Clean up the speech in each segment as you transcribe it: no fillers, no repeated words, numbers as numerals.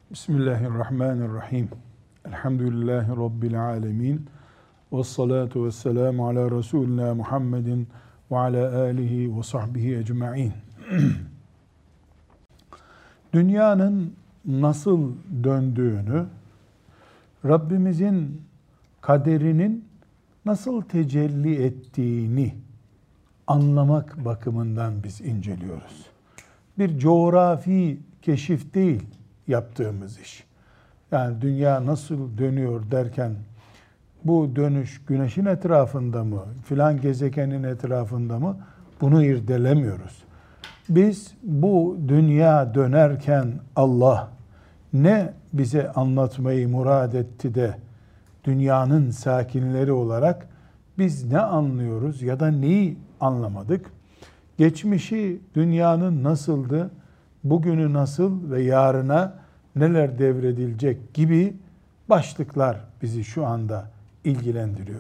Bismillahirrahmanirrahim. Elhamdülillahi Rabbil alemin. Vessalatu vesselamu ala Resulina Muhammedin ve ala alihi ve sahbihi ecma'in. Dünyanın nasıl döndüğünü, Rabbimizin kaderinin nasıl tecelli ettiğini anlamak bakımından biz inceliyoruz. Bir coğrafi keşif değil yaptığımız iş. Yani dünya nasıl dönüyor derken bu dönüş güneşin etrafında mı, filan gezegenin etrafında mı, bunu irdelemiyoruz. Biz bu dünya dönerken Allah ne bize anlatmayı murad etti de dünyanın sakinleri olarak biz ne anlıyoruz ya da neyi anlamadık? Geçmişi dünyanın nasıldı, bugünü nasıl ve yarına neler devredilecek gibi başlıklar bizi şu anda ilgilendiriyor.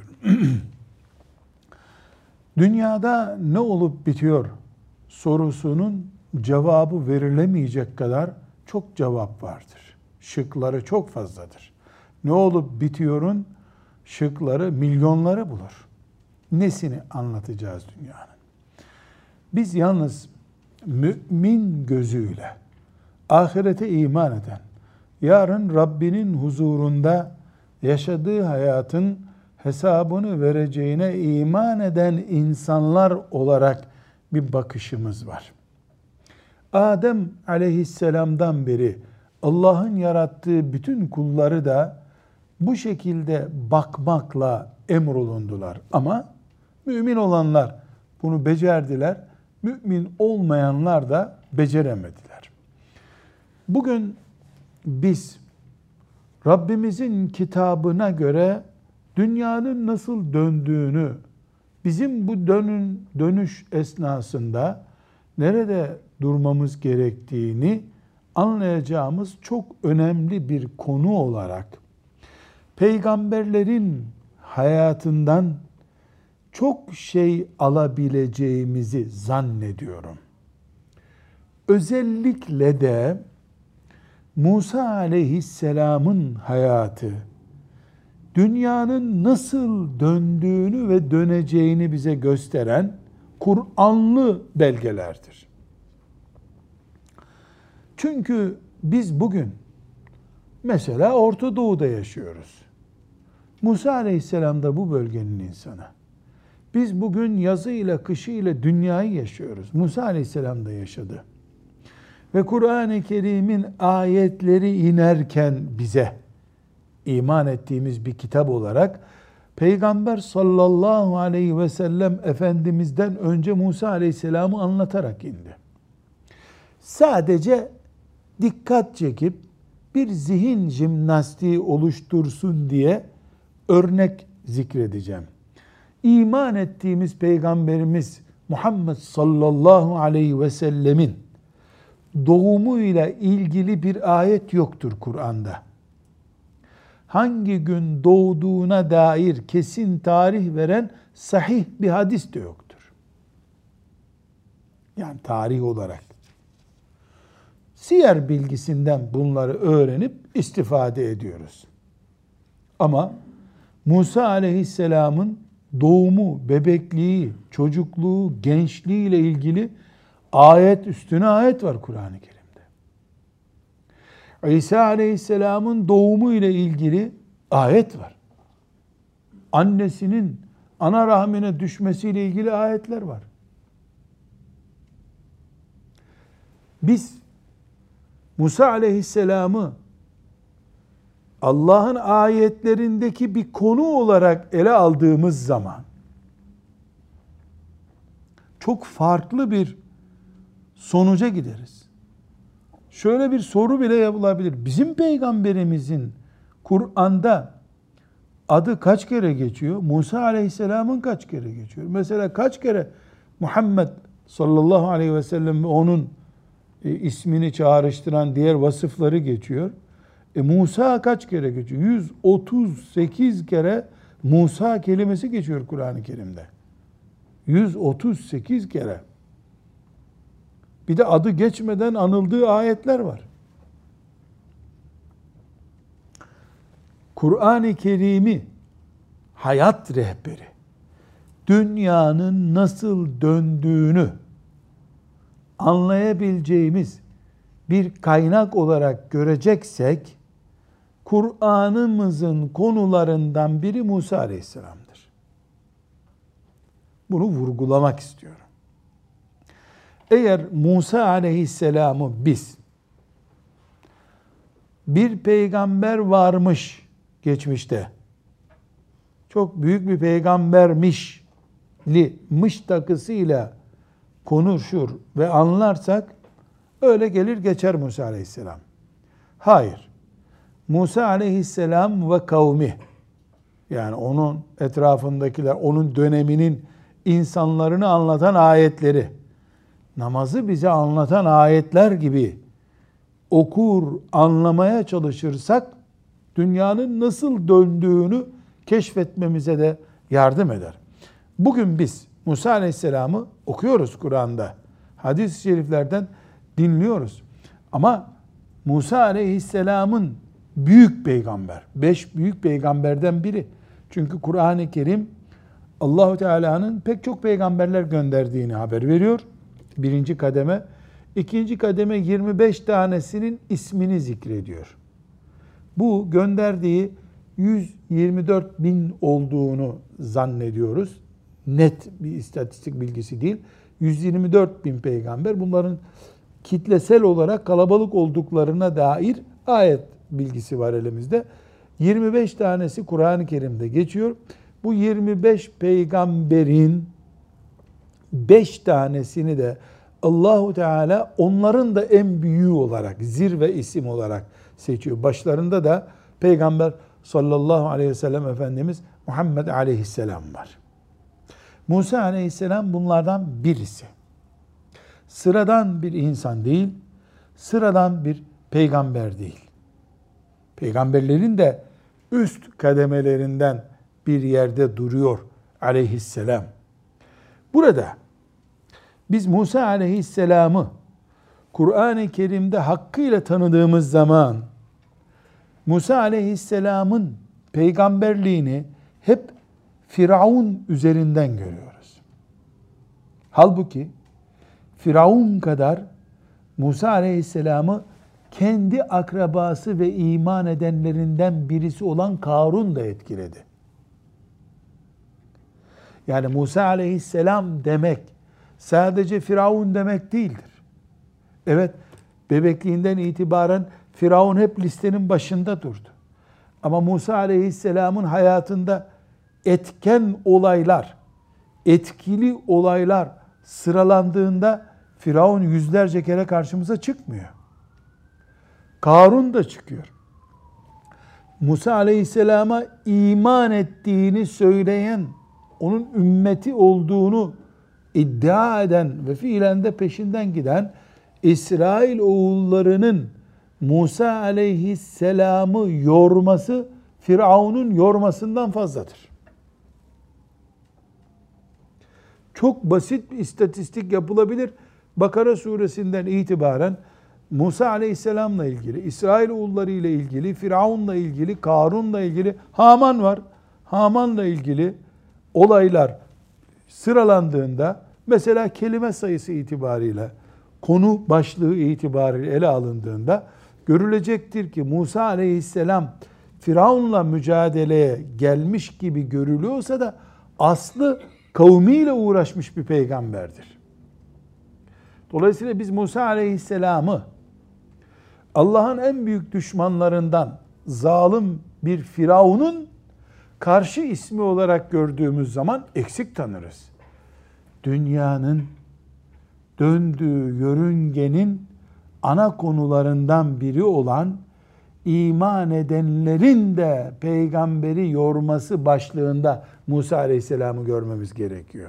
Dünyada ne olup bitiyor sorusunun cevabı verilemeyecek kadar çok cevap vardır. Şıkları çok fazladır. Ne olup bitiyorun şıkları milyonları bulur. Nesini anlatacağız dünyanın? Biz yalnız mümin gözüyle ahirete iman eden, yarın Rabbinin huzurunda yaşadığı hayatın hesabını vereceğine iman eden insanlar olarak bir bakışımız var. Adem aleyhisselamdan beri Allah'ın yarattığı bütün kulları da bu şekilde bakmakla emrolundular. Ama mümin olanlar bunu becerdiler, mümin olmayanlar da beceremediler. Bugün biz Rabbimizin kitabına göre dünyanın nasıl döndüğünü, bizim bu dönüş esnasında nerede durmamız gerektiğini anlayacağımız çok önemli bir konu olarak peygamberlerin hayatından çok şey alabileceğimizi zannediyorum. Özellikle de Musa aleyhisselamın hayatı, dünyanın nasıl döndüğünü ve döneceğini bize gösteren Kur'anlı belgelerdir. Çünkü biz bugün mesela Orta Doğu'da yaşıyoruz. Musa aleyhisselam da bu bölgenin insanı. Biz bugün yazıyla kışıyla dünyayı yaşıyoruz. Musa aleyhisselam da yaşadı. Ve Kur'an-ı Kerim'in ayetleri inerken bize iman ettiğimiz bir kitap olarak Peygamber sallallahu aleyhi ve sellem Efendimiz'den önce Musa aleyhisselamı anlatarak indi. Sadece dikkat çekip bir zihin jimnastiği oluştursun diye örnek zikredeceğim. İman ettiğimiz Peygamberimiz Muhammed sallallahu aleyhi ve sellemin doğumuyla ilgili bir ayet yoktur Kur'an'da. Hangi gün doğduğuna dair kesin tarih veren sahih bir hadis de yoktur. Yani tarih olarak. Siyer bilgisinden bunları öğrenip istifade ediyoruz. Ama Musa aleyhisselamın doğumu, bebekliği, çocukluğu, gençliği ile ilgili ayet üstüne ayet var Kur'an-ı Kerim'de. İsa aleyhisselamın doğumu ile ilgili ayet var. Annesinin ana rahmine düşmesiyle ilgili ayetler var. Biz Musa aleyhisselamı Allah'ın ayetlerindeki bir konu olarak ele aldığımız zaman çok farklı bir sonuca gideriz. Şöyle bir soru bile yapılabilir. Bizim peygamberimizin Kur'an'da adı kaç kere geçiyor? Musa aleyhisselamın kaç kere geçiyor? Mesela kaç kere Muhammed sallallahu aleyhi ve sellem ve onun ismini çağrıştıran diğer vasıfları geçiyor? Musa kaç kere geçiyor? 138 kere Musa kelimesi geçiyor Kur'an-ı Kerim'de. 138 kere. Bir de adı geçmeden anıldığı ayetler var. Kur'an-ı Kerim'i hayat rehberi, dünyanın nasıl döndüğünü anlayabileceğimiz bir kaynak olarak göreceksek, Kur'an'ımızın konularından biri Musa Aleyhisselam'dır. Bunu vurgulamak istiyorum. Eğer Musa Aleyhisselam'ı biz bir peygamber varmış geçmişte, çok büyük bir peygambermişli mış takısıyla konuşur ve anlarsak öyle gelir geçer Musa Aleyhisselam. Hayır. Musa Aleyhisselam ve kavmi, yani onun etrafındakiler, onun döneminin insanlarını anlatan ayetleri, namazı bize anlatan ayetler gibi okur, anlamaya çalışırsak dünyanın nasıl döndüğünü keşfetmemize de yardım eder. Bugün biz Musa Aleyhisselam'ı okuyoruz Kur'an'da. Hadis-i şeriflerden dinliyoruz. Ama Musa Aleyhisselam'ın büyük peygamber, 5 büyük peygamberden biri. Çünkü Kur'an-ı Kerim Allah-u Teala'nın pek çok peygamberler gönderdiğini haber veriyor. Birinci kademe. İkinci kademe 25 tanesinin ismini zikrediyor. Bu gönderdiği 124 bin olduğunu zannediyoruz. Net bir istatistik bilgisi değil. 124 bin peygamber. Bunların kitlesel olarak kalabalık olduklarına dair ayet bilgisi var elimizde. 25 tanesi Kur'an-ı Kerim'de geçiyor. Bu 25 peygamberin 5 tanesini de Allahu Teala onların da en büyüğü olarak, zirve isim olarak seçiyor. Başlarında da Peygamber sallallahu aleyhi ve sellem Efendimiz Muhammed aleyhisselam var. Musa aleyhisselam bunlardan birisi. Sıradan bir insan değil, sıradan bir peygamber değil. Peygamberlerin de üst kademelerinden bir yerde duruyor aleyhisselam. Burada biz Musa aleyhisselamı Kur'an-ı Kerim'de hakkıyla tanıdığımız zaman Musa aleyhisselamın peygamberliğini hep Firavun üzerinden görüyoruz. Halbuki Firavun kadar Musa aleyhisselamı kendi akrabası ve iman edenlerinden birisi olan Karun da etkiledi. Yani Musa aleyhisselam demek sadece Firavun demek değildir. Evet, bebekliğinden itibaren Firavun hep listenin başında durdu. Ama Musa aleyhisselamın hayatında etken olaylar, etkili olaylar sıralandığında Firavun yüzlerce kere karşımıza çıkmıyor. Karun da çıkıyor. Musa aleyhisselama iman ettiğini söyleyen, onun ümmeti olduğunu iddia eden ve fiilen de peşinden giden İsrail oğullarının Musa aleyhisselamı yorması Firavun'un yormasından fazladır. Çok basit bir istatistik yapılabilir. Bakara suresinden itibaren Musa aleyhisselamla ilgili, İsrail oğulları ile ilgili, Firavun'la ilgili, Karun'la ilgili, Haman var. Haman'la ilgili olaylar sıralandığında mesela kelime sayısı itibariyle, konu başlığı itibariyle ele alındığında görülecektir ki Musa aleyhisselam Firavun'la mücadeleye gelmiş gibi görülüyorsa da aslı kavmiyle uğraşmış bir peygamberdir. Dolayısıyla biz Musa aleyhisselamı Allah'ın en büyük düşmanlarından zalim bir Firavun'un karşı ismi olarak gördüğümüz zaman eksik tanırız. Dünyanın döndüğü yörüngenin ana konularından biri olan iman edenlerin de peygamberi yorması başlığında Musa Aleyhisselam'ı görmemiz gerekiyor.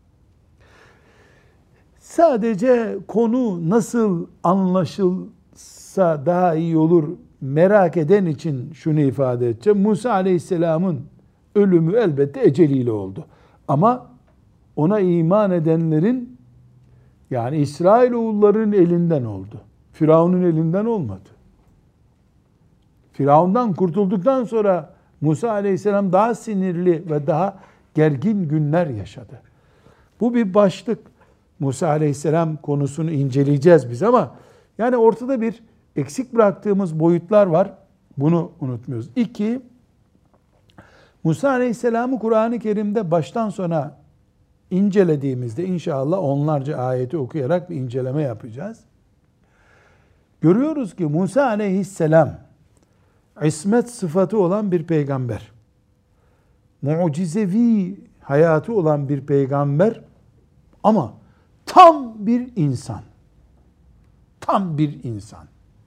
Sadece konu nasıl anlaşılsa daha iyi olur merak eden için şunu ifade edeceğim. Musa Aleyhisselam'ın ölümü elbette eceliyle oldu. Ama ona iman edenlerin, yani İsrailoğullarının elinden oldu. Firavun'un elinden olmadı. Firavundan kurtulduktan sonra Musa aleyhisselam daha sinirli ve daha gergin günler yaşadı. Bu bir başlık. Musa aleyhisselam konusunu inceleyeceğiz biz ama yani ortada bir eksik bıraktığımız boyutlar var. Bunu unutmuyoruz. 2, Musa aleyhisselamı Kur'an-ı Kerim'de baştan sona incelediğimizde inşallah onlarca ayeti okuyarak bir inceleme yapacağız. Görüyoruz ki Musa aleyhisselam ismet sıfatı olan bir peygamber. Mucizevi hayatı olan bir peygamber ama tam bir insan. Tam bir insan.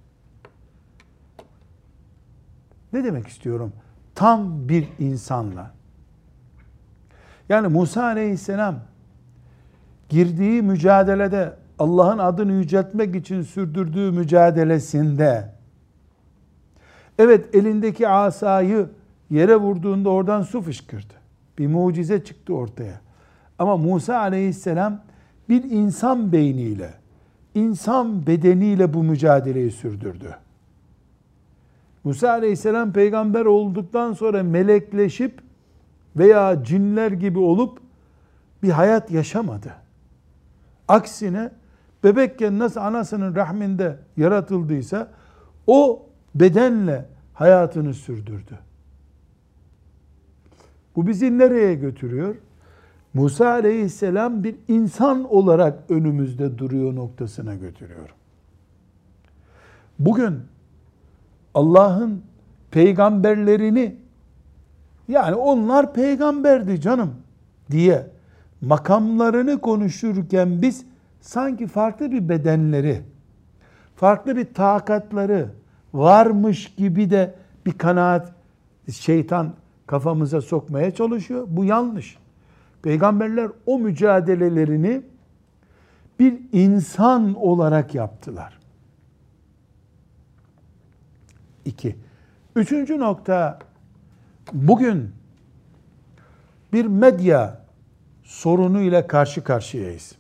Ne demek istiyorum? Tam bir insanla. Yani Musa aleyhisselam girdiği mücadelede, Allah'ın adını yüceltmek için sürdürdüğü mücadelesinde, evet elindeki asayı yere vurduğunda oradan su fışkırdı. Bir mucize çıktı ortaya. Ama Musa aleyhisselam bir insan beyniyle, insan bedeniyle bu mücadeleyi sürdürdü. Musa aleyhisselam peygamber olduktan sonra melekleşip veya cinler gibi olup bir hayat yaşamadı. Aksine bebekken nasıl anasının rahminde yaratıldıysa o bedenle hayatını sürdürdü. Bu bizi nereye götürüyor? Musa aleyhisselam bir insan olarak önümüzde duruyor noktasına götürüyor. Bugün Allah'ın peygamberlerini, yani onlar peygamberdi canım diye makamlarını konuşurken biz sanki farklı bir bedenleri, farklı bir takatları varmış gibi de bir kanaat şeytan kafamıza sokmaya çalışıyor. Bu yanlış. Peygamberler o mücadelelerini bir insan olarak yaptılar. 2. Üçüncü nokta, bugün bir medya sorunuyla karşı karşıyayız.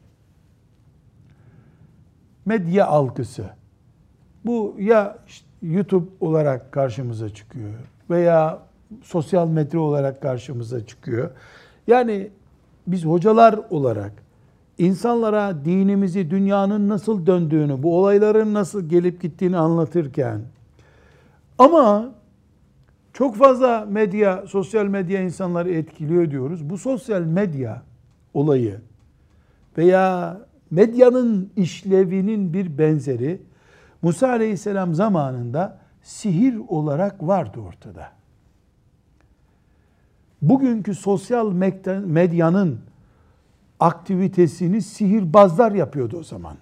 Medya algısı. Bu ya işte YouTube olarak karşımıza çıkıyor veya sosyal medya olarak karşımıza çıkıyor. Yani biz hocalar olarak insanlara dinimizi, dünyanın nasıl döndüğünü, bu olayların nasıl gelip gittiğini anlatırken ama çok fazla medya, sosyal medya insanları etkiliyor diyoruz. Bu sosyal medya olayı veya medyanın işlevinin bir benzeri Musa Aleyhisselam zamanında sihir olarak vardı ortada. Bugünkü sosyal medyanın aktivitesini sihirbazlar yapıyordu o zaman.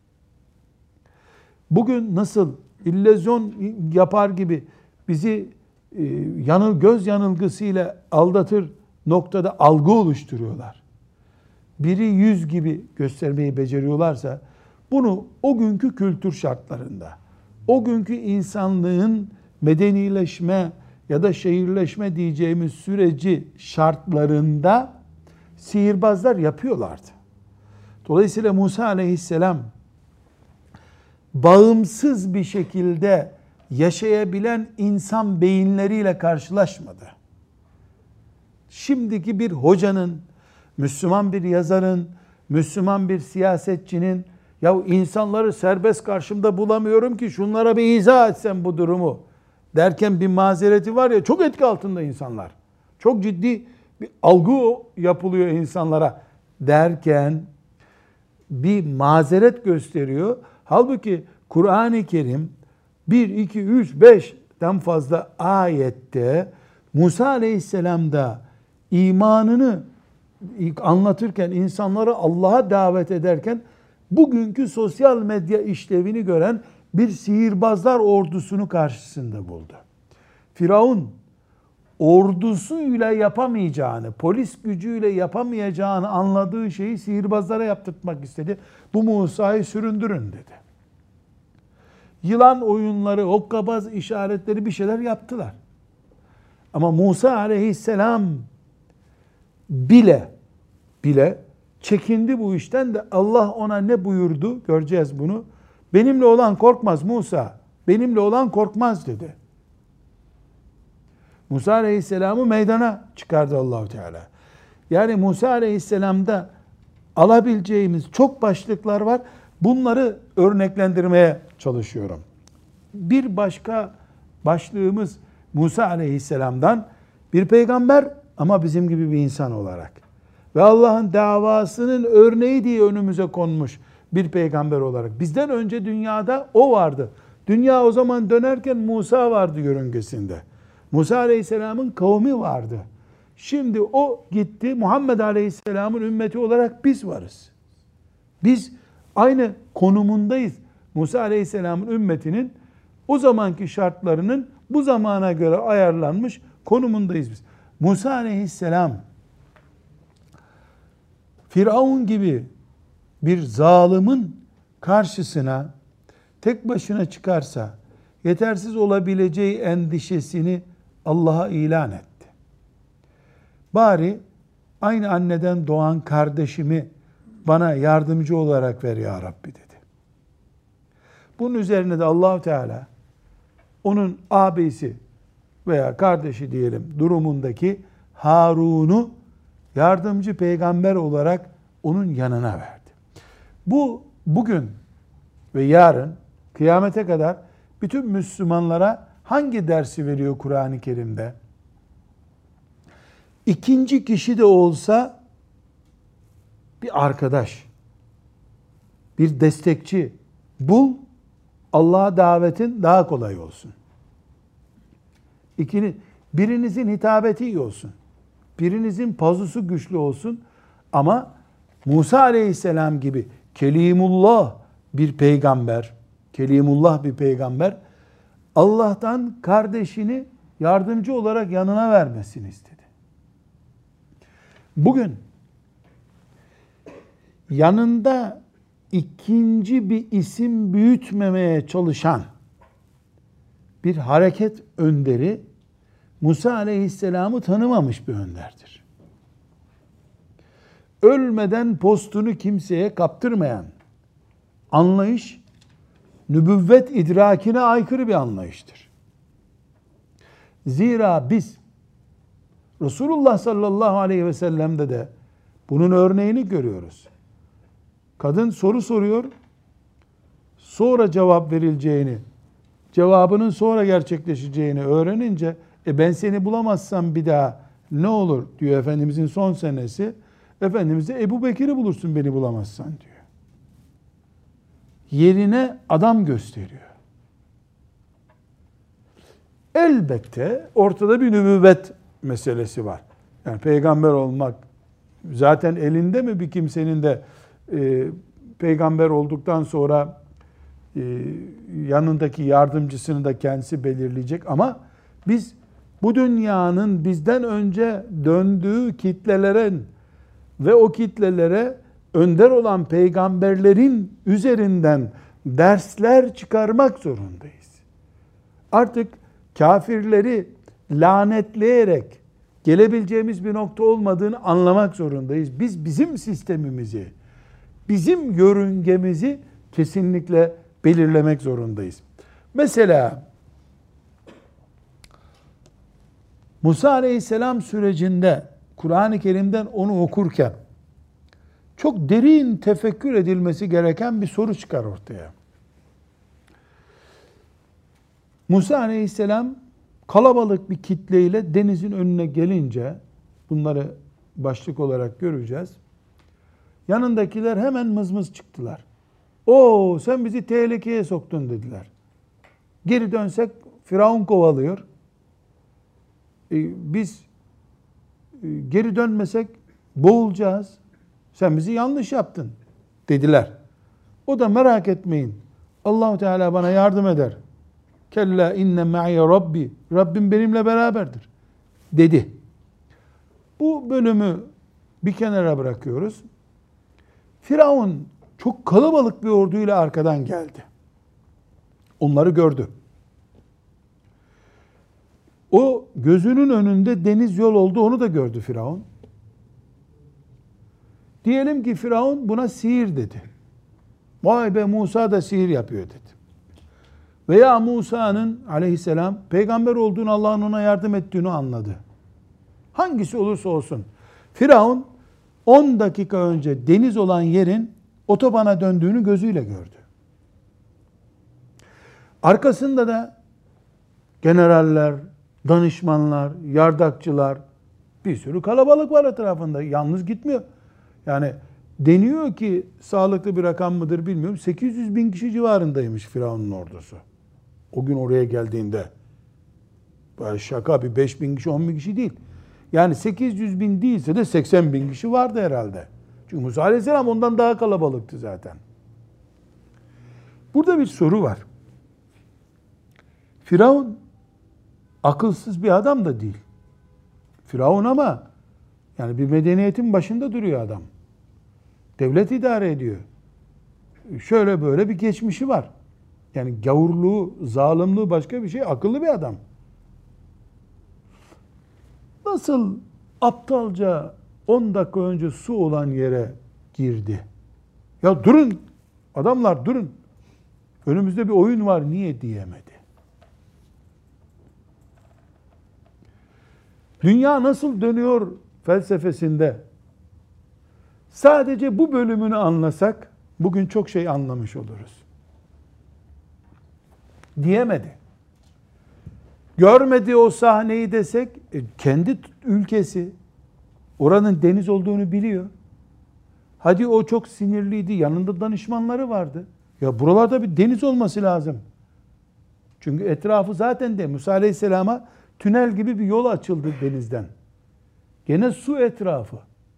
Bugün nasıl illüzyon yapar gibi bizi göz yanılgısıyla aldatır noktada algı oluşturuyorlar. Biri 100 gibi göstermeyi beceriyorlarsa bunu o günkü kültür şartlarında, o günkü insanlığın medenileşme ya da şehirleşme diyeceğimiz süreci şartlarında sihirbazlar yapıyorlardı. Dolayısıyla Musa aleyhisselam bağımsız bir şekilde yaşayabilen insan beyinleriyle karşılaşmadı. Şimdiki bir hocanın, Müslüman bir yazarın, Müslüman bir siyasetçinin, ya insanları serbest karşımda bulamıyorum ki şunlara bir izah etsem bu durumu derken bir mazereti var ya, çok etki altında insanlar. Çok ciddi bir algı yapılıyor insanlara derken bir mazeret gösteriyor. Halbuki Kur'an-ı Kerim 1, 2, 3, 5'ten fazla ayette Musa Aleyhisselam'da imanını anlatırken, insanları Allah'a davet ederken bugünkü sosyal medya işlevini gören bir sihirbazlar ordusunu karşısında buldu. Firavun ordusuyla yapamayacağını, polis gücüyle yapamayacağını anladığı şeyi sihirbazlara yaptırtmak istedi. Bu Musa'yı süründürün dedi. Yılan oyunları, hokkabaz işaretleri bir şeyler yaptılar. Ama Musa aleyhisselam bile çekindi bu işten de Allah ona ne buyurdu? Göreceğiz bunu. Benimle olan korkmaz Musa. Benimle olan korkmaz dedi. Musa Aleyhisselam'ı meydana çıkardı Allahu Teala. Yani Musa Aleyhisselam'da alabileceğimiz çok başlıklar var. Bunları örneklendirmeye çalışıyorum. Bir başka başlığımız Musa Aleyhisselam'dan bir peygamber ama bizim gibi bir insan olarak ve Allah'ın davasının örneği diye önümüze konmuş bir peygamber olarak. Bizden önce dünyada o vardı. Dünya o zaman dönerken Musa vardı yörüngesinde. Musa Aleyhisselam'ın kavmi vardı. Şimdi o gitti. Muhammed Aleyhisselam'ın ümmeti olarak biz varız. Biz aynı konumundayız. Musa Aleyhisselam'ın ümmetinin o zamanki şartlarının bu zamana göre ayarlanmış konumundayız biz. Musa Aleyhisselam Firavun gibi bir zalimin karşısına tek başına çıkarsa yetersiz olabileceği endişesini Allah'a ilan etti. Bari aynı anneden doğan kardeşimi bana yardımcı olarak ver ya Rabbi dedi. Bunun üzerine de Allahu Teala onun abisi veya kardeşi diyelim durumundaki Harun'u yardımcı peygamber olarak onun yanına verdi. Bu bugün ve yarın kıyamete kadar bütün Müslümanlara hangi dersi veriyor Kur'an-ı Kerim'de? İkinci kişi de olsa bir arkadaş, bir destekçi bul, Allah'a davetin daha kolay olsun. Birinizin hitabeti iyi olsun. Birinizin pazusu güçlü olsun. Ama Musa Aleyhisselam gibi Kelimullah bir peygamber, Allah'tan kardeşini yardımcı olarak yanına vermesini istedi. Bugün yanında ikinci bir isim büyütmemeye çalışan bir hareket önderi Musa Aleyhisselam'ı tanımamış bir önderdir. Ölmeden postunu kimseye kaptırmayan anlayış, nübüvvet idrakine aykırı bir anlayıştır. Zira biz Resulullah sallallahu aleyhi ve sellem'de de bunun örneğini görüyoruz. Kadın soru soruyor, sonra cevap verileceğini, cevabının sonra gerçekleşeceğini öğrenince, ben seni bulamazsam bir daha ne olur diyor Efendimizin son senesi. Efendimiz de Ebu Bekir'i bulursun beni bulamazsan diyor. Yerine adam gösteriyor. Elbette ortada bir nübüvvet meselesi var. Yani peygamber olmak zaten elinde mi bir kimsenin de peygamber olduktan sonra yanındaki yardımcısını da kendisi belirleyecek ama biz bu dünyanın bizden önce döndüğü kitlelerin ve o kitlelere önder olan peygamberlerin üzerinden dersler çıkarmak zorundayız. Artık kafirleri lanetleyerek gelebileceğimiz bir nokta olmadığını anlamak zorundayız. Biz bizim sistemimizi, bizim yörüngemizi kesinlikle belirlemek zorundayız. Mesela Musa Aleyhisselam sürecinde Kur'an-ı Kerim'den onu okurken çok derin tefekkür edilmesi gereken bir soru çıkar ortaya. Musa Aleyhisselam kalabalık bir kitleyle denizin önüne gelince, bunları başlık olarak göreceğiz. Yanındakiler hemen mızmız çıktılar. O sen bizi tehlikeye soktun dediler. Geri dönsek Firavun kovalıyor. Biz geri dönmesek boğulacağız. Sen bizi yanlış yaptın dediler. O da merak etmeyin. Allahu Teala bana yardım eder. Kella inne ma'iye Rabbi. Rabbim benimle beraberdir dedi. Bu bölümü bir kenara bırakıyoruz. Firavun çok kalabalık bir orduyla arkadan geldi. Onları gördü. O gözünün önünde deniz yol oldu, onu da gördü Firavun. Diyelim ki Firavun buna sihir dedi. Vay be Musa da sihir yapıyor dedi. veya Musa'nın aleyhisselam peygamber olduğunu, Allah'ın ona yardım ettiğini anladı. Hangisi olursa olsun Firavun 10 dakika önce deniz olan yerin otobana döndüğünü gözüyle gördü. Arkasında da generaller, danışmanlar, yardakçılar, bir sürü kalabalık var etrafında. Yalnız gitmiyor. Yani deniyor ki, sağlıklı bir rakam mıdır bilmiyorum, 800 bin kişi civarındaymış Firavun'un ordusu. O gün oraya geldiğinde. Böyle şaka, bir 5 bin kişi, 10 bin kişi değil. Yani 800 bin değilse de 80 bin kişi vardı herhalde. Çünkü Musa Aleyhisselam ondan daha kalabalıktı zaten. Burada bir soru var. Firavun akılsız bir adam da değil. Firavun ama yani bir medeniyetin başında duruyor adam. Devlet idare ediyor. Şöyle böyle bir geçmişi var. Yani gavurluğu, zalimliği başka bir şey. Akıllı bir adam. Nasıl aptalca 10 dakika önce su olan yere girdi? Ya durun, adamlar durun. Önümüzde bir oyun var, niye diyemedi? Dünya nasıl dönüyor felsefesinde sadece bu bölümünü anlasak bugün çok şey anlamış oluruz. Diyemedi. Görmedi o sahneyi desek, kendi ülkesi, oranın deniz olduğunu biliyor. Hadi o çok sinirliydi, yanında danışmanları vardı. Ya buralarda bir deniz olması lazım. Çünkü etrafı zaten de Musa Aleyhisselam'a tünel gibi bir yol açıldı denizden. Gene su etrafı.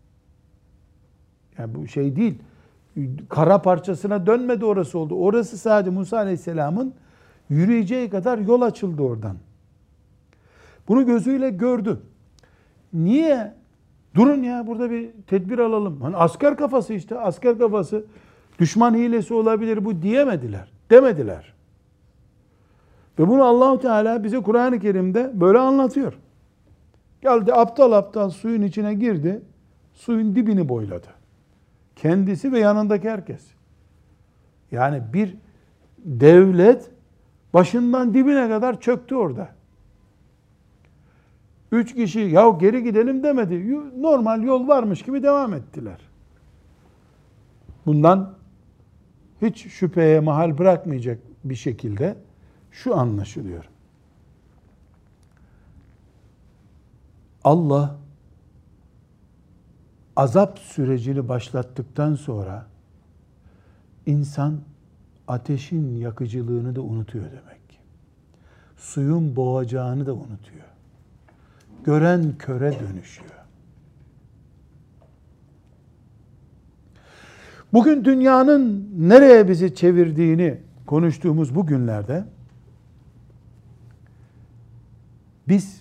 Yani bu şey değil, kara parçasına dönmedi, orası oldu. Orası sadece Musa Aleyhisselam'ın yürüyeceği kadar yol açıldı oradan. Bunu gözüyle gördü. Niye? Durun ya, burada bir tedbir alalım. Hani asker kafası işte, asker kafası. Düşman hilesi olabilir bu diyemediler. Demediler. Ve bunu Allah-u Teala bize Kur'an-ı Kerim'de böyle anlatıyor. Geldi aptal aptal suyun içine girdi. Suyun dibini boyladı. Kendisi ve yanındaki herkes. Yani bir devlet başından dibine kadar çöktü orada. 3 kişi ya geri gidelim demedi. Normal yol varmış gibi devam ettiler. Bundan hiç şüpheye mahal bırakmayacak bir şekilde şu anlaşılıyor. Allah azap sürecini başlattıktan sonra insan ateşin yakıcılığını da unutuyor demek ki. Suyun boğacağını da unutuyor. Gören köre dönüşüyor. Bugün dünyanın nereye bizi çevirdiğini konuştuğumuz bu günlerde biz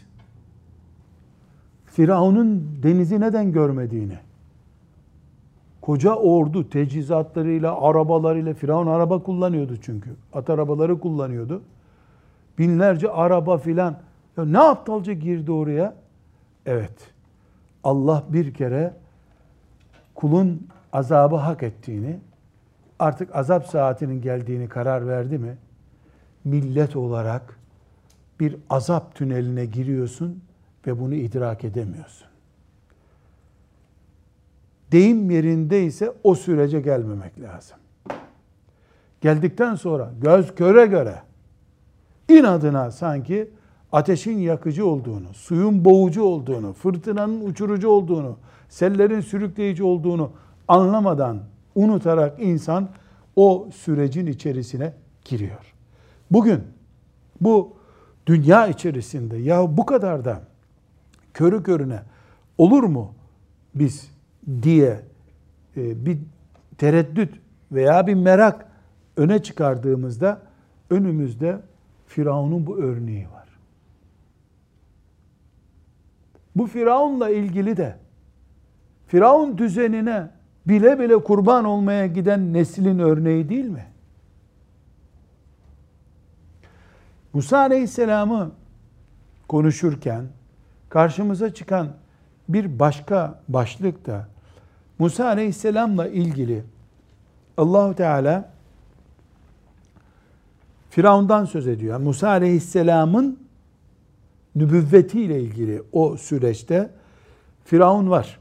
Firavun'un denizi neden görmediğini, koca ordu teçhizatlarıyla, arabalarıyla, Firavun araba kullanıyordu çünkü. At arabaları kullanıyordu. Binlerce araba filan. Ya ne aptalca girdi oraya? Evet. Allah bir kere kulun azabı hak ettiğini, artık azap saatinin geldiğini karar verdi mi? Millet olarak bir azap tüneline giriyorsun ve bunu idrak edemiyorsun. Deyim yerinde ise o sürece gelmemek lazım. Geldikten sonra göz göre göre inadına sanki ateşin yakıcı olduğunu, suyun boğucu olduğunu, fırtınanın uçurucu olduğunu, sellerin sürükleyici olduğunu anlamadan, unutarak insan o sürecin içerisine giriyor. Bugün bu dünya içerisinde ya bu kadar da körü körüne olur mu biz diye bir tereddüt veya bir merak öne çıkardığımızda önümüzde Firavun'un bu örneği var. Bu Firavun'la ilgili de Firavun düzenine bile bile kurban olmaya giden neslin örneği değil mi? Musa Aleyhisselam'ı konuşurken karşımıza çıkan bir başka başlık da Musa Aleyhisselam'la ilgili Allah-u Teala Firavun'dan söz ediyor. Yani Musa Aleyhisselam'ın nübüvvetiyle ilgili o süreçte Firavun var.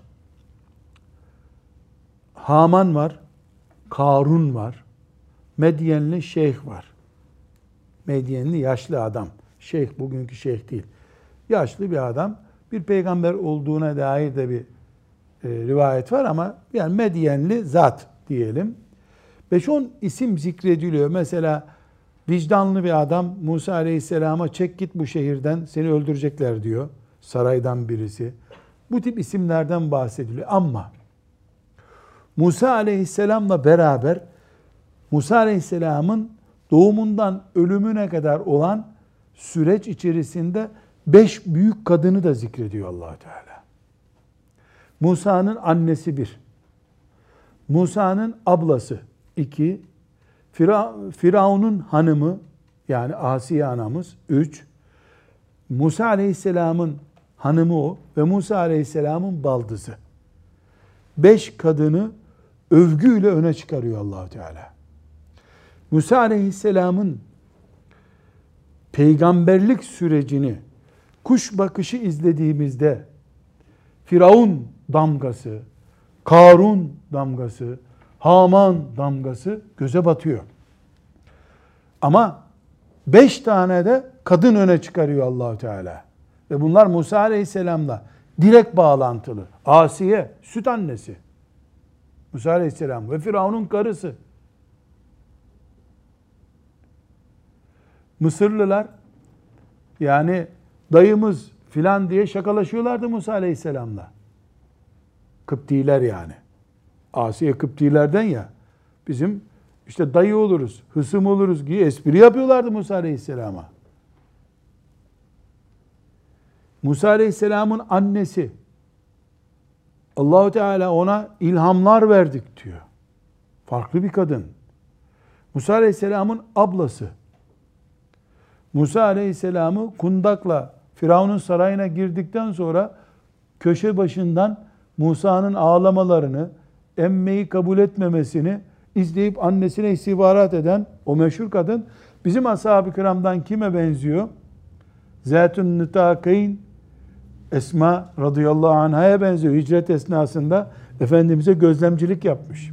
Haman var. Karun var. Medyenli şeyh var. Medyenli yaşlı adam. Şeyh, bugünkü şeyh değil. Yaşlı bir adam. Bir peygamber olduğuna dair de bir rivayet var ama yani Medyenli zat diyelim. 5-10 isim zikrediliyor. Mesela vicdanlı bir adam Musa Aleyhisselam'a çek git bu şehirden, seni öldürecekler diyor. Saraydan birisi. Bu tip isimlerden bahsediliyor. Ama Musa Aleyhisselam'la beraber Musa Aleyhisselam'ın doğumundan ölümüne kadar olan süreç içerisinde 5 büyük kadını da zikrediyor Allah Teala. Musa'nın annesi 1, Musa'nın ablası 2, Firavun'un hanımı yani Asiye anamız 3, Musa Aleyhisselam'ın hanımı o ve Musa Aleyhisselam'ın baldızı. 5 kadını övgüyle öne çıkarıyor Allah Teala. Musa Aleyhisselam'ın peygamberlik sürecini kuş bakışı izlediğimizde Firavun damgası, Karun damgası, Haman damgası göze batıyor. Ama 5 tane de kadın öne çıkarıyor Allah Teala. Ve bunlar Musa Aleyhisselam'la direkt bağlantılı. Asiye, süt annesi. Musa Aleyhisselam ve Firavun'un karısı. Mısırlılar yani dayımız filan diye şakalaşıyorlardı Musa Aleyhisselam'la. Kıptiler yani. Asiye Kıptilerden ya. Bizim işte dayı oluruz, hısım oluruz diye espri yapıyorlardı Musa Aleyhisselam'a. Musa Aleyhisselam'ın annesi Allah-u Teala ona ilhamlar verdik diyor. Farklı bir kadın. Musa Aleyhisselam'ın ablası. Musa Aleyhisselam'ı kundakla Firavun'un sarayına girdikten sonra köşe başından Musa'nın ağlamalarını, emmeyi kabul etmemesini izleyip annesine istihbarat eden o meşhur kadın bizim ashab-ı kiramdan kime benziyor? Zâtun nitâkeyn Esma radıyallahu anh'a benziyor. Hicret esnasında Efendimiz'e gözlemcilik yapmış.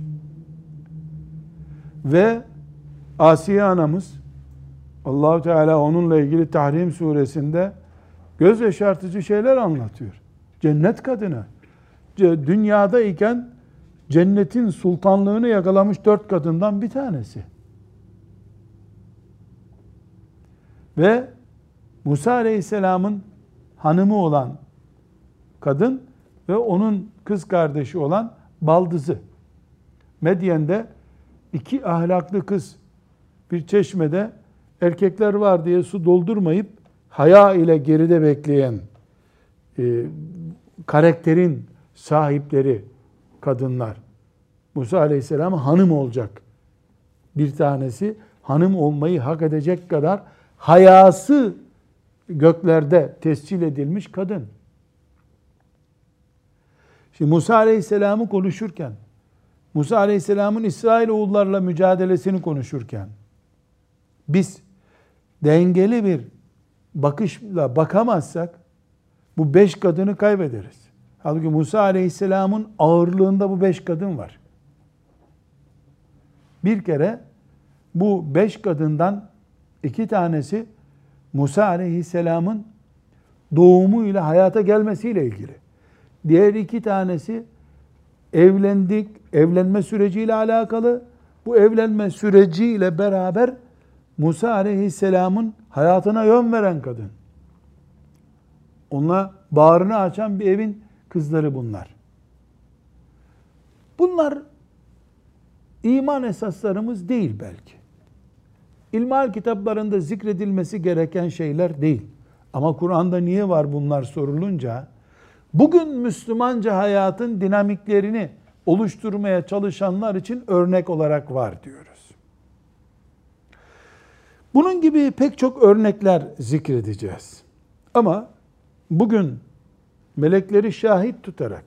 Ve Asiye anamız Allah-u Teala onunla ilgili Tahrim suresinde göz yaşartıcı şeyler anlatıyor. Cennet kadını. Dünyadayken cennetin sultanlığını yakalamış 4 kadından bir tanesi. Ve Musa Aleyhisselam'ın hanımı olan kadın ve onun kız kardeşi olan baldızı. Medyen'de 2 ahlaklı kız bir çeşmede erkekler var diye su doldurmayıp haya ile geride bekleyen karakterin sahipleri kadınlar. Musa Aleyhisselam hanım olacak. Bir tanesi hanım olmayı hak edecek kadar hayası göklerde tescil edilmiş kadın. Şimdi Musa Aleyhisselam'ı konuşurken, Musa Aleyhisselam'ın İsrailoğullarla mücadelesini konuşurken, biz dengeli bir bakışla bakamazsak, bu 5 kadını kaybederiz. Halbuki Musa Aleyhisselam'ın ağırlığında bu 5 kadın var. Bir kere bu 5 kadından 2 tanesi Musa Aleyhisselam'ın doğumuyla hayata gelmesiyle ilgili. Diğer 2 tanesi evlenme süreciyle alakalı. Bu evlenme süreciyle beraber Musa Aleyhisselam'ın hayatına yön veren kadın. Onunla bağrını açan bir evin kızları bunlar. Bunlar iman esaslarımız değil belki. İlmihal kitaplarında zikredilmesi gereken şeyler değil. Ama Kur'an'da niye var bunlar sorulunca, bugün Müslümanca hayatın dinamiklerini oluşturmaya çalışanlar için örnek olarak var diyoruz. Bunun gibi pek çok örnekler zikredeceğiz. Ama bugün melekleri şahit tutarak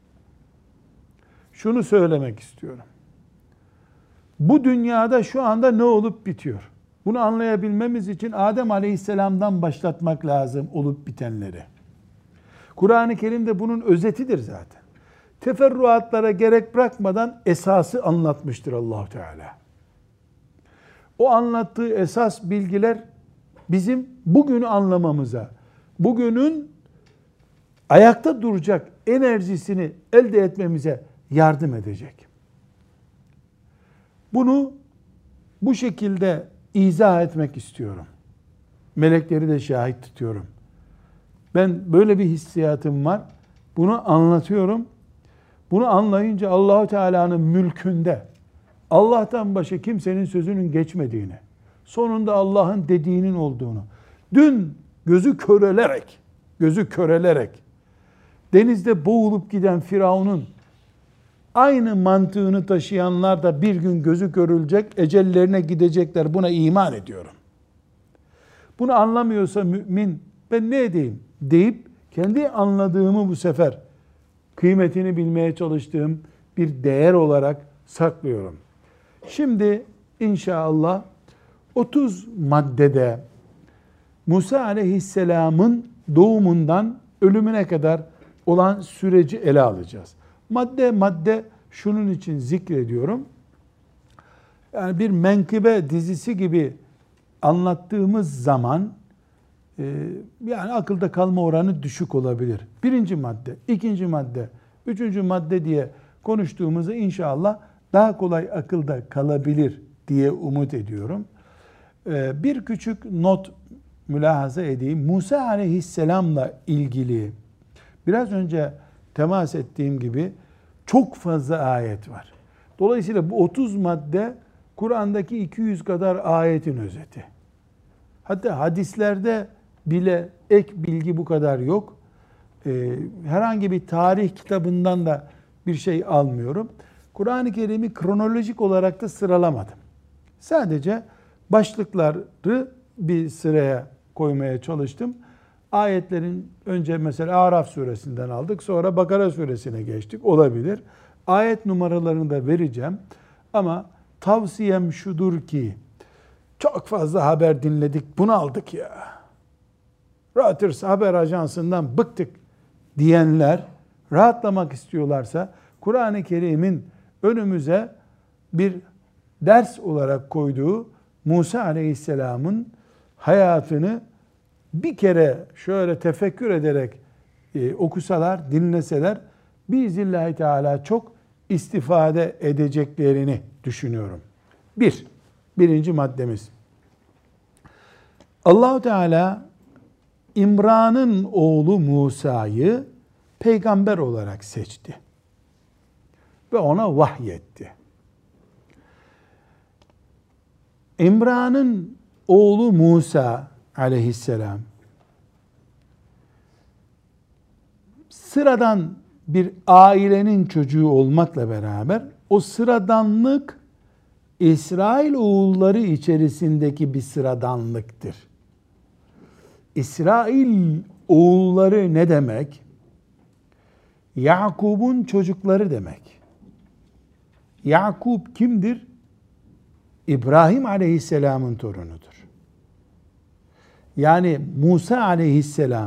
şunu söylemek istiyorum. Bu dünyada şu anda ne olup bitiyor? Bunu anlayabilmemiz için Adem Aleyhisselam'dan başlatmak lazım olup bitenleri. Kur'an-ı Kerim de bunun özetidir zaten. Teferruatlara gerek bırakmadan esası anlatmıştır Allah Teala. O anlattığı esas bilgiler bizim bugünü anlamamıza, bugünün ayakta duracak enerjisini elde etmemize yardım edecek. Bunu bu şekilde izah etmek istiyorum. Melekleri de şahit tutuyorum. Ben böyle bir hissiyatım var. Bunu anlatıyorum. Bunu anlayınca Allah-u Teala'nın mülkünde Allah'tan başka kimsenin sözünün geçmediğini, sonunda Allah'ın dediğinin olduğunu, dün gözü körelerek denizde boğulup giden Firavun'un aynı mantığını taşıyanlar da bir gün gözü görülecek, ecellerine gidecekler. Buna iman ediyorum. Bunu anlamıyorsa mümin, ben ne edeyim deyip kendi anladığımı bu sefer kıymetini bilmeye çalıştığım bir değer olarak saklıyorum. Şimdi inşallah 30 maddede Musa Aleyhisselam'ın doğumundan ölümüne kadar olan süreci ele alacağız. Madde madde şunun için zikrediyorum. Yani bir menkıbe dizisi gibi anlattığımız zaman yani akılda kalma oranı düşük olabilir. Birinci madde, ikinci madde, üçüncü madde diye konuştuğumuzu inşallah daha kolay akılda kalabilir diye umut ediyorum. Bir küçük not mülahaza edeyim. Musa Aleyhisselam'la ilgili biraz önce temas ettiğim gibi çok fazla ayet var. Dolayısıyla bu 30 madde Kur'an'daki 200 kadar ayetin özeti. Hatta hadislerde bile ek bilgi bu kadar yok. Herhangi bir tarih kitabından da bir şey almıyorum. Kur'an-ı Kerim'i kronolojik olarak da sıralamadım. Sadece başlıkları bir sıraya koymaya çalıştım. Ayetlerin önce mesela Araf suresinden aldık, sonra Bakara suresine geçtik. Olabilir. Ayet numaralarını da vereceğim. Ama tavsiyem şudur ki, çok fazla haber dinledik, bunaldık ya. Reuters haber ajansından bıktık diyenler rahatlamak istiyorlarsa Kur'an-ı Kerim'in önümüze bir ders olarak koyduğu Musa Aleyhisselam'ın hayatını bir kere şöyle tefekkür ederek okusalar, dinleseler biiznillahü teala çok istifade edeceklerini düşünüyorum. Birinci maddemiz. Allah-u Teala İmran'ın oğlu Musa'yı peygamber olarak seçti ve ona vahyetti. İmran'ın oğlu Musa aleyhisselam sıradan bir ailenin çocuğu olmakla beraber o sıradanlık İsrail oğulları içerisindeki bir sıradanlıktır. İsrail oğulları ne demek? Yakub'un çocukları demek. Yakub kimdir? İbrahim Aleyhisselam'ın torunudur. Yani Musa Aleyhisselam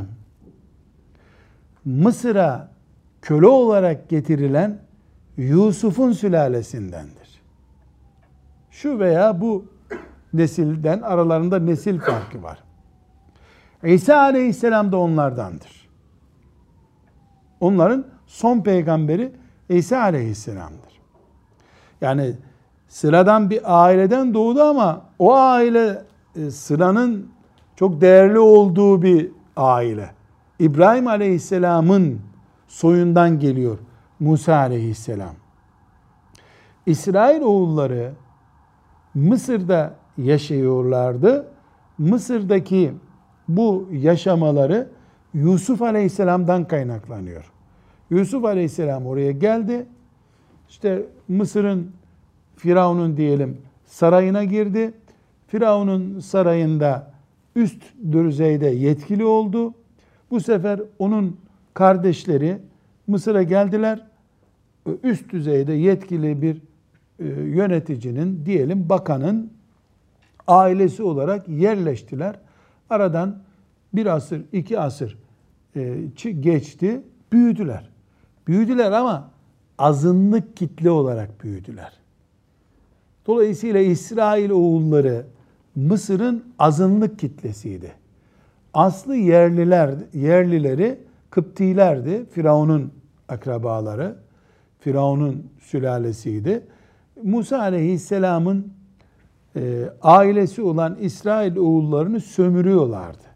Mısır'a köle olarak getirilen Yusuf'un sülalesindendir. Şu veya bu nesilden aralarında nesil farkı var. İsa Aleyhisselam da onlardandır. Onların son peygamberi İsa Aleyhisselam'dır. Yani sıradan bir aileden doğdu ama o aile sıranın çok değerli olduğu bir aile. İbrahim Aleyhisselam'ın soyundan geliyor Musa Aleyhisselam. İsrail oğulları Mısır'da yaşıyorlardı. Mısır'daki bu yaşamaları Yusuf Aleyhisselam'dan kaynaklanıyor. Yusuf Aleyhisselam oraya geldi. İşte Mısır'ın, Firavun'un diyelim sarayına girdi. Firavun'un sarayında üst düzeyde yetkili oldu. Bu sefer onun kardeşleri Mısır'a geldiler. Üst düzeyde yetkili bir yöneticinin, diyelim bakanın ailesi olarak yerleştiler. Aradan bir asır, 2 asır geçti, büyüdüler. Büyüdüler ama azınlık kitle olarak büyüdüler. Dolayısıyla İsrail oğulları Mısır'ın azınlık kitlesiydi. Aslı yerlileri Kıptilerdi. Firavun'un akrabaları, Firavun'un sülalesiydi. Musa Aleyhisselam'ın ailesi olan İsrail oğullarını sömürüyorlardı.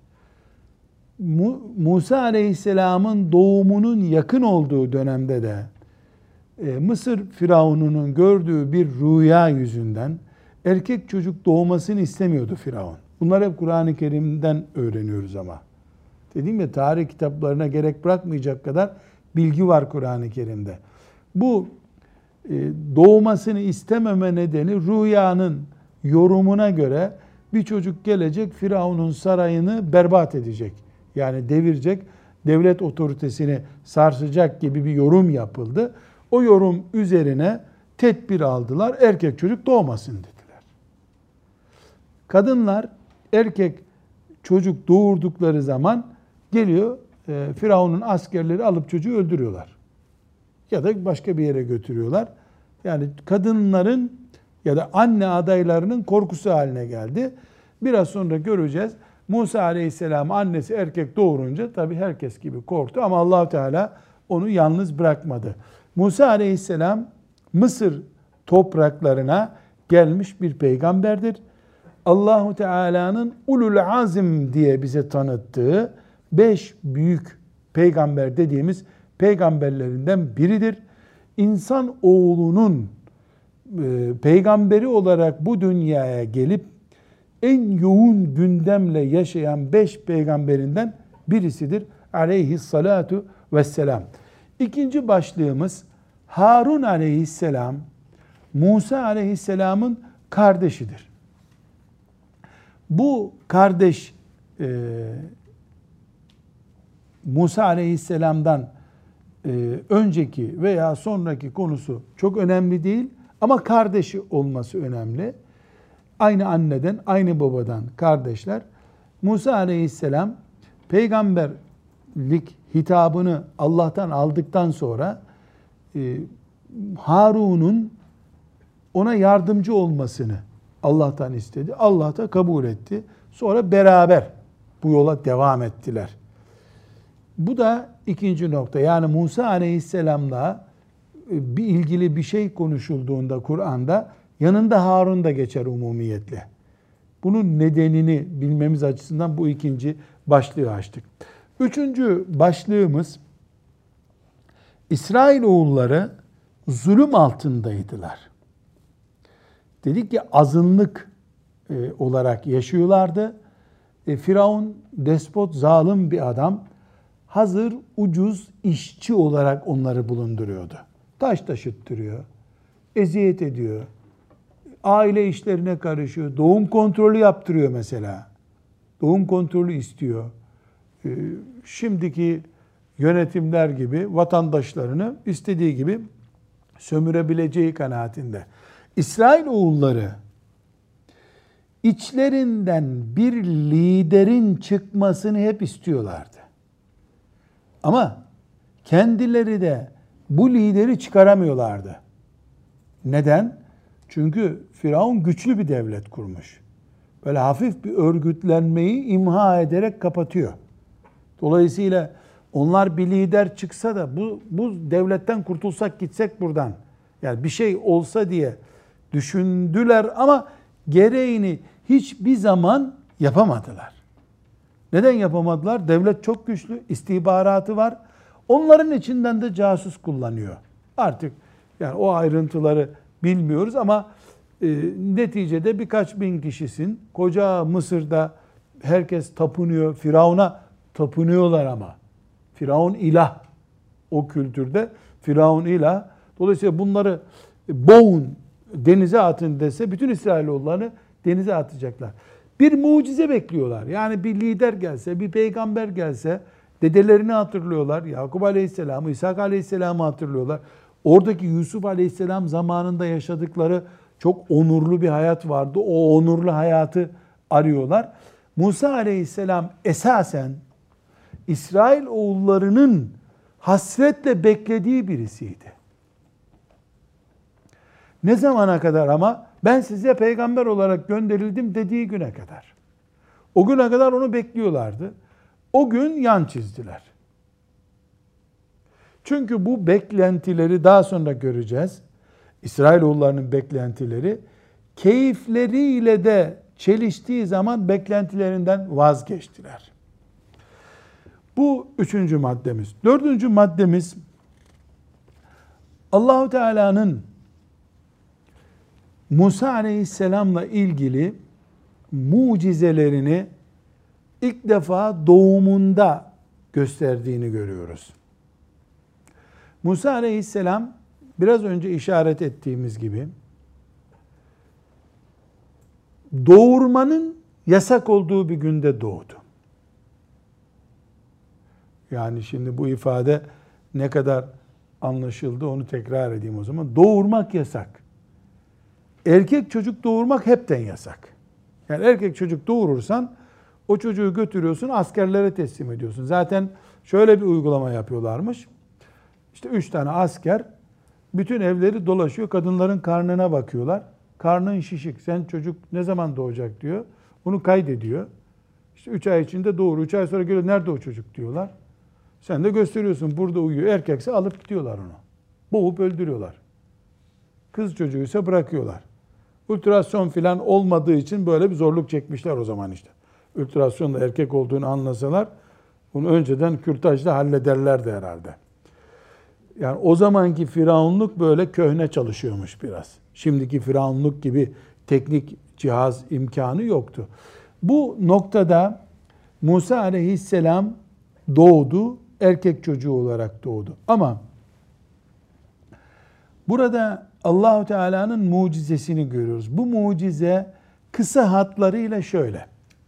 Musa Aleyhisselam'ın doğumunun yakın olduğu dönemde de Mısır Firavun'unun gördüğü bir rüya yüzünden erkek çocuk doğmasını istemiyordu Firavun. Bunlar hep Kur'an-ı Kerim'den öğreniyoruz ama. Dediğim ya, tarih kitaplarına gerek bırakmayacak kadar bilgi var Kur'an-ı Kerim'de. Bu doğmasını istememe nedeni rüyanın yorumuna göre bir çocuk gelecek, Firavun'un sarayını berbat edecek. Yani devirecek, devlet otoritesini sarsacak gibi bir yorum yapıldı. O yorum üzerine tedbir aldılar. Erkek çocuk doğmasın dediler. Kadınlar erkek çocuk doğurdukları zaman geliyor, Firavun'un askerleri alıp çocuğu öldürüyorlar. Ya da başka bir yere götürüyorlar. Yani kadınların ya da anne adaylarının korkusu haline geldi. Biraz sonra göreceğiz. Musa Aleyhisselam annesi erkek doğurunca tabii herkes gibi korktu ama Allah Teala onu yalnız bırakmadı. Musa Aleyhisselam Mısır topraklarına gelmiş bir peygamberdir. Allahu Teala'nın ulul azim diye bize tanıttığı 5 büyük peygamber dediğimiz peygamberlerinden biridir. İnsan oğlunun peygamberi olarak bu dünyaya gelip en yoğun gündemle yaşayan 5 peygamberinden birisidir. Aleyhissalatu vesselam. İkinci başlığımız Harun aleyhisselam, Musa aleyhisselamın kardeşidir. Bu kardeş Musa aleyhisselamdan önceki veya sonraki konusu çok önemli değil ama kardeşi olması önemli. Aynı anneden, aynı babadan kardeşler. Musa aleyhisselam peygamberlik hitabını Allah'tan aldıktan sonra Harun'un ona yardımcı olmasını Allah'tan istedi. Allah da kabul etti. Sonra beraber bu yola devam ettiler. Bu da ikinci nokta. Yani Musa Aleyhisselam'la ilgili bir şey konuşulduğunda Kur'an'da yanında Harun da geçer umumiyetle. Bunun nedenini bilmemiz açısından bu ikinci başlığı açtık. Üçüncü başlığımız İsrail oğulları zulüm altındaydılar. Dedik ki azınlık olarak yaşıyorlardı. Firavun despot, zalim bir adam. Hazır ucuz işçi olarak onları bulunduruyordu. Taş taşıttırıyor, eziyet ediyor, aile işlerine karışıyor, doğum kontrolü yaptırıyor mesela. Doğum kontrolü istiyor. Şimdiki yönetimler gibi vatandaşlarını istediği gibi sömürebileceği kanaatinde. İsrail oğulları içlerinden bir liderin çıkmasını hep istiyorlardı. Ama kendileri de bu lideri çıkaramıyorlardı. Neden? Çünkü Firavun güçlü bir devlet kurmuş. Böyle hafif bir örgütlenmeyi imha ederek kapatıyor. Dolayısıyla onlar bir lider çıksa da bu devletten kurtulsak gitsek buradan. Yani bir şey olsa diye düşündüler ama gereğini hiçbir zaman yapamadılar. Neden yapamadılar? Devlet çok güçlü, istihbaratı var. Onların içinden de casus kullanıyor. Artık yani o ayrıntıları bilmiyoruz ama neticede birkaç bin kişisin. Koca Mısır'da herkes tapınıyor. Firavun'a tapınıyorlar ama. Firavun ilah. O kültürde Firavun ilah. Dolayısıyla bunları boğun, denize atın dese bütün İsrailoğullarını denize atacaklar. Bir mucize bekliyorlar. Yani bir lider gelse, bir peygamber gelse dedelerini hatırlıyorlar. Yakup Aleyhisselam'ı, İshak Aleyhisselam'ı hatırlıyorlar. Oradaki Yusuf Aleyhisselam zamanında yaşadıkları Çok onurlu bir hayat vardı. O onurlu hayatı arıyorlar. Musa aleyhisselam esasen İsrail oğullarının hasretle beklediği birisiydi. Ne zamana kadar ama? Ben size peygamber olarak gönderildim dediği güne kadar. O güne kadar onu bekliyorlardı. O gün yan çizdiler. Çünkü bu beklentileri daha sonra göreceğiz. İsrailoğullarının beklentileri keyifleriyle de çeliştiği zaman beklentilerinden vazgeçtiler. Bu üçüncü maddemiz. Dördüncü maddemiz Allah-u Teala'nın Musa Aleyhisselam'la ilgili mucizelerini ilk defa doğumunda gösterdiğini görüyoruz. Musa Aleyhisselam biraz önce işaret ettiğimiz gibi doğurmanın yasak olduğu bir günde doğdu. Yani şimdi bu ifade ne kadar anlaşıldı onu tekrar edeyim o zaman. Doğurmak yasak. Erkek çocuk doğurmak hepten yasak. Yani erkek çocuk doğurursan o çocuğu götürüyorsun askerlere teslim ediyorsun. Zaten şöyle bir uygulama yapıyorlarmış. İşte 3 tane asker bütün evleri dolaşıyor. Kadınların karnına bakıyorlar. Karnın şişik. Sen çocuk ne zaman doğacak diyor. Bunu kaydediyor. İşte 3 ay içinde doğur. 3 ay sonra geliyor. Nerede o çocuk diyorlar. Sen de gösteriyorsun. Burada uyuyor. Erkekse alıp gidiyorlar onu. Boğup öldürüyorlar. Kız çocuğuysa bırakıyorlar. Ultrason filan olmadığı için böyle bir zorluk çekmişler o zaman işte. Ultrasonda erkek olduğunu anlasalar bunu önceden kürtajla hallederlerdi herhalde. Yani o zamanki firavunluk böyle köhne çalışıyormuş biraz. Şimdiki firavunluk gibi teknik cihaz imkanı yoktu. Bu noktada Musa aleyhisselam doğdu, erkek çocuğu olarak doğdu. Ama burada Allah-u Teala'nın mucizesini görüyoruz. Bu mucize kısa hatlarıyla şöyle.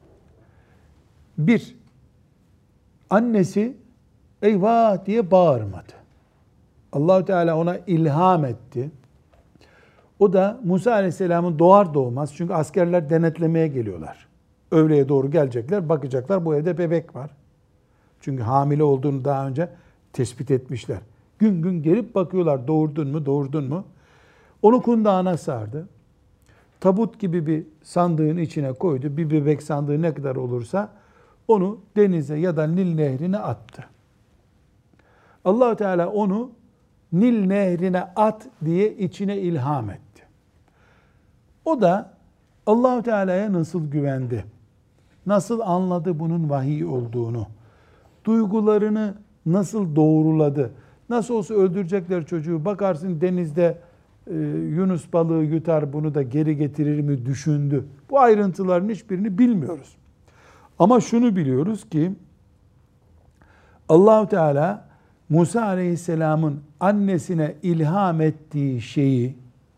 Bir, annesi eyvah diye bağırmadı. Allah-u Teala ona ilham etti. O da Musa Aleyhisselam'ın doğar doğmaz, çünkü askerler denetlemeye geliyorlar. Öğleye doğru gelecekler, bakacaklar bu evde bebek var. Çünkü hamile olduğunu daha önce tespit etmişler. Gün gün gelip bakıyorlar, doğurdun mu, doğurdun mu? Onu kundağına sardı. Tabut gibi bir sandığın içine koydu. Bir bebek sandığı ne kadar olursa onu denize ya da Nil nehrine attı. Allah-u Teala onu Nil nehrine at diye içine ilham etti. O da Allah-u Teala'ya nasıl güvendi? Nasıl anladı bunun vahiy olduğunu? Duygularını nasıl doğruladı? Nasıl olsa öldürecekler çocuğu. Bakarsın denizde Yunus balığı yutar, bunu da geri getirir mi düşündü. Bu ayrıntıların hiçbirini bilmiyoruz. Ama şunu biliyoruz ki Allah-u Teala Musa Aleyhisselam'ın annesine ilham ettiği şeyi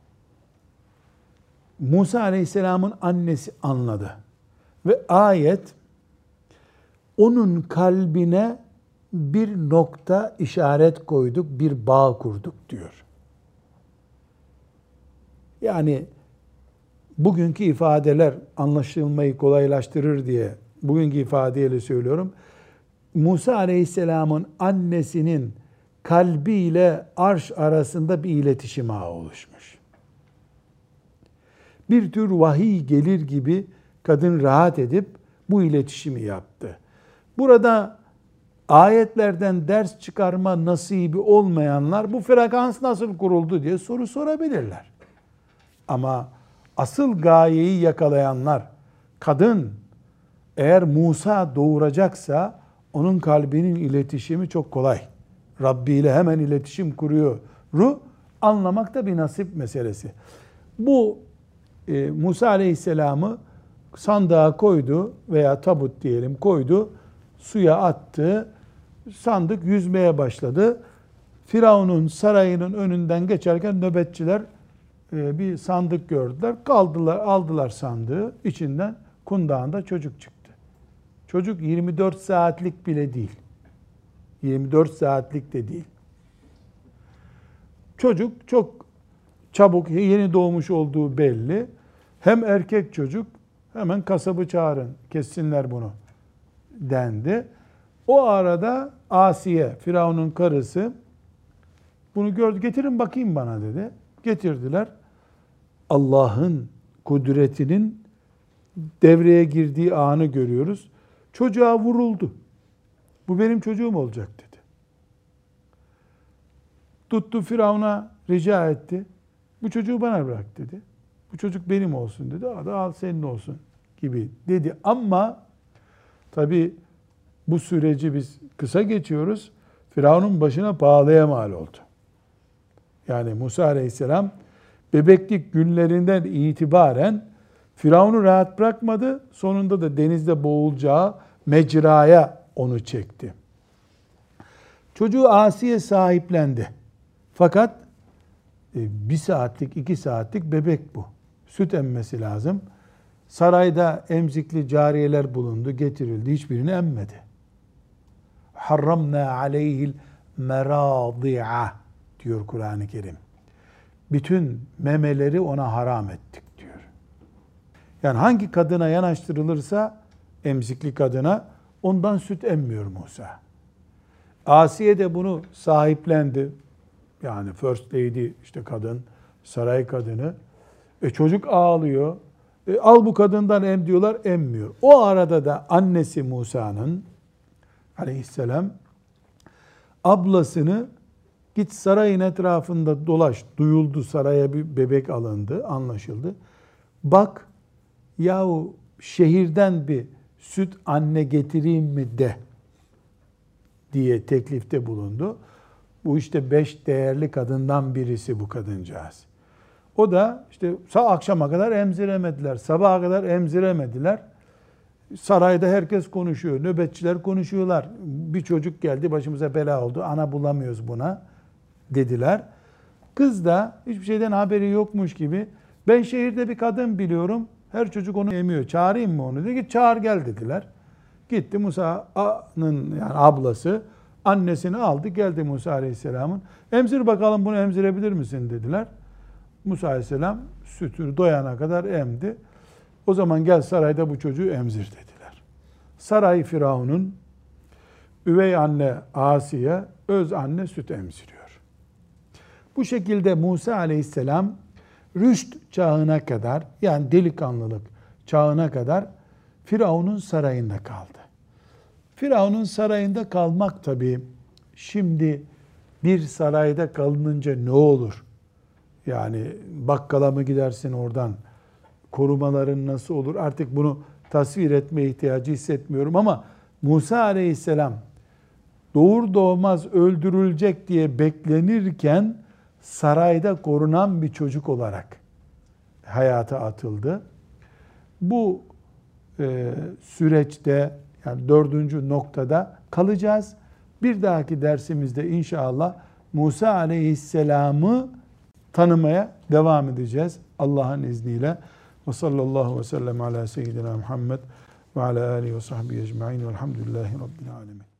Musa Aleyhisselam'ın annesi anladı. Ve ayet onun kalbine bir nokta işaret koyduk, bir bağ kurduk diyor. Yani bugünkü ifadeler anlaşılmayı kolaylaştırır diye bugünkü ifadeyle söylüyorum. Musa Aleyhisselam'ın annesinin kalbiyle arş arasında bir iletişim ağı oluşmuş. Bir tür vahiy gelir gibi kadın rahat edip bu iletişimi yaptı. Burada ayetlerden ders çıkarma nasibi olmayanlar bu frekans nasıl kuruldu diye soru sorabilirler. Ama asıl gayeyi yakalayanlar, kadın eğer Musa doğuracaksa onun kalbinin iletişimi çok kolay. Rabbi ile hemen iletişim kuruyor. Anlamak da bir nasip meselesi. Bu Musa Aleyhisselam'ı sandığa koydu veya tabut diyelim koydu, suya attı, sandık yüzmeye başladı. Firavun'un sarayının önünden geçerken nöbetçiler bir sandık gördüler, aldılar sandığı, içinden kundağında çocuk çıktı. Çocuk 24 saatlik bile değil. 24 saatlik de değil. Çocuk çok Çabuk, yeni doğmuş olduğu belli. Hem erkek çocuk, hemen kasabı çağırın, kessinler bunu dendi. O arada Asiye, Firavun'un karısı, bunu gördü, getirin bakayım bana dedi. Getirdiler. Allah'ın kudretinin devreye girdiği anı görüyoruz. Çocuğa vuruldu. Bu benim çocuğum olacak dedi. Tuttu Firavun'a rica etti. Bu çocuğu bana bırak dedi. Bu çocuk benim olsun dedi. Al senin olsun gibi dedi. Ama tabi bu süreci biz kısa geçiyoruz. Firavun'un başına pahalıya mal oldu. Yani Musa Aleyhisselam bebeklik günlerinden itibaren Firavun'u rahat bırakmadı. Sonunda da denizde boğulacağı mecraya onu çekti. Çocuğu Asiye sahiplendi. Fakat 1 saatlik, 2 saatlik bebek bu. Süt emmesi lazım. Sarayda emzikli cariyeler bulundu, getirildi. Hiçbirini emmedi. Harramna aleyhil meradi'a diyor Kur'an-ı Kerim. Bütün memeleri ona haram ettik diyor. Yani hangi kadına yanaştırılırsa emzikli kadına ondan süt emmiyor Musa. Asiye de bunu sahiplendi. Yani first lady, işte kadın, saray kadını. Çocuk ağlıyor. Al bu kadından em diyorlar, emmiyor. O arada da annesi Musa'nın aleyhisselam ablasını git sarayın etrafında dolaş. Duyuldu, saraya bir bebek alındı, anlaşıldı. Bak yahu şehirden bir süt anne getireyim mi de diye teklifte bulundu. Bu işte 5 değerli kadından birisi bu kadıncağız. O da işte akşama kadar emziremediler, sabaha kadar emziremediler. Sarayda herkes konuşuyor, nöbetçiler konuşuyorlar. Bir çocuk geldi, başımıza bela oldu, ana bulamıyoruz buna dediler. Kız da hiçbir şeyden haberi yokmuş gibi, ben şehirde bir kadın biliyorum, her çocuk onu emiyor, çağırayım mı onu? Dedi ki çağır gel dediler. Gitti Musa'nın yani ablası, annesini aldı, geldi Musa Aleyhisselam'ın. Emzir bakalım, bunu emzirebilir misin dediler. Musa Aleyhisselam sütü doyana kadar emdi. O zaman gel sarayda bu çocuğu emzir dediler. Saray Firavun'un üvey anne Asiye, öz anne süt emziriyor. Bu şekilde Musa Aleyhisselam rüşt çağına kadar, yani delikanlılık çağına kadar Firavun'un sarayında kaldı. Firavun'un sarayında kalmak tabii, şimdi bir sarayda kalınınca ne olur? Yani bakkala mı gidersin oradan? Korumaların nasıl olur? Artık bunu tasvir etme ihtiyacı hissetmiyorum ama Musa Aleyhisselam doğur doğmaz öldürülecek diye beklenirken sarayda korunan bir çocuk olarak hayata atıldı. Bu süreçte, yani 4. noktada kalacağız. Bir dahaki dersimizde inşallah Musa Aleyhisselam'ı tanımaya devam edeceğiz Allah'ın izniyle. Ve sallallahu ve sellem ala seyyidina Muhammed ve ala alihi ve sahbihi ecma'in velhamdülillahi rabbil alemin.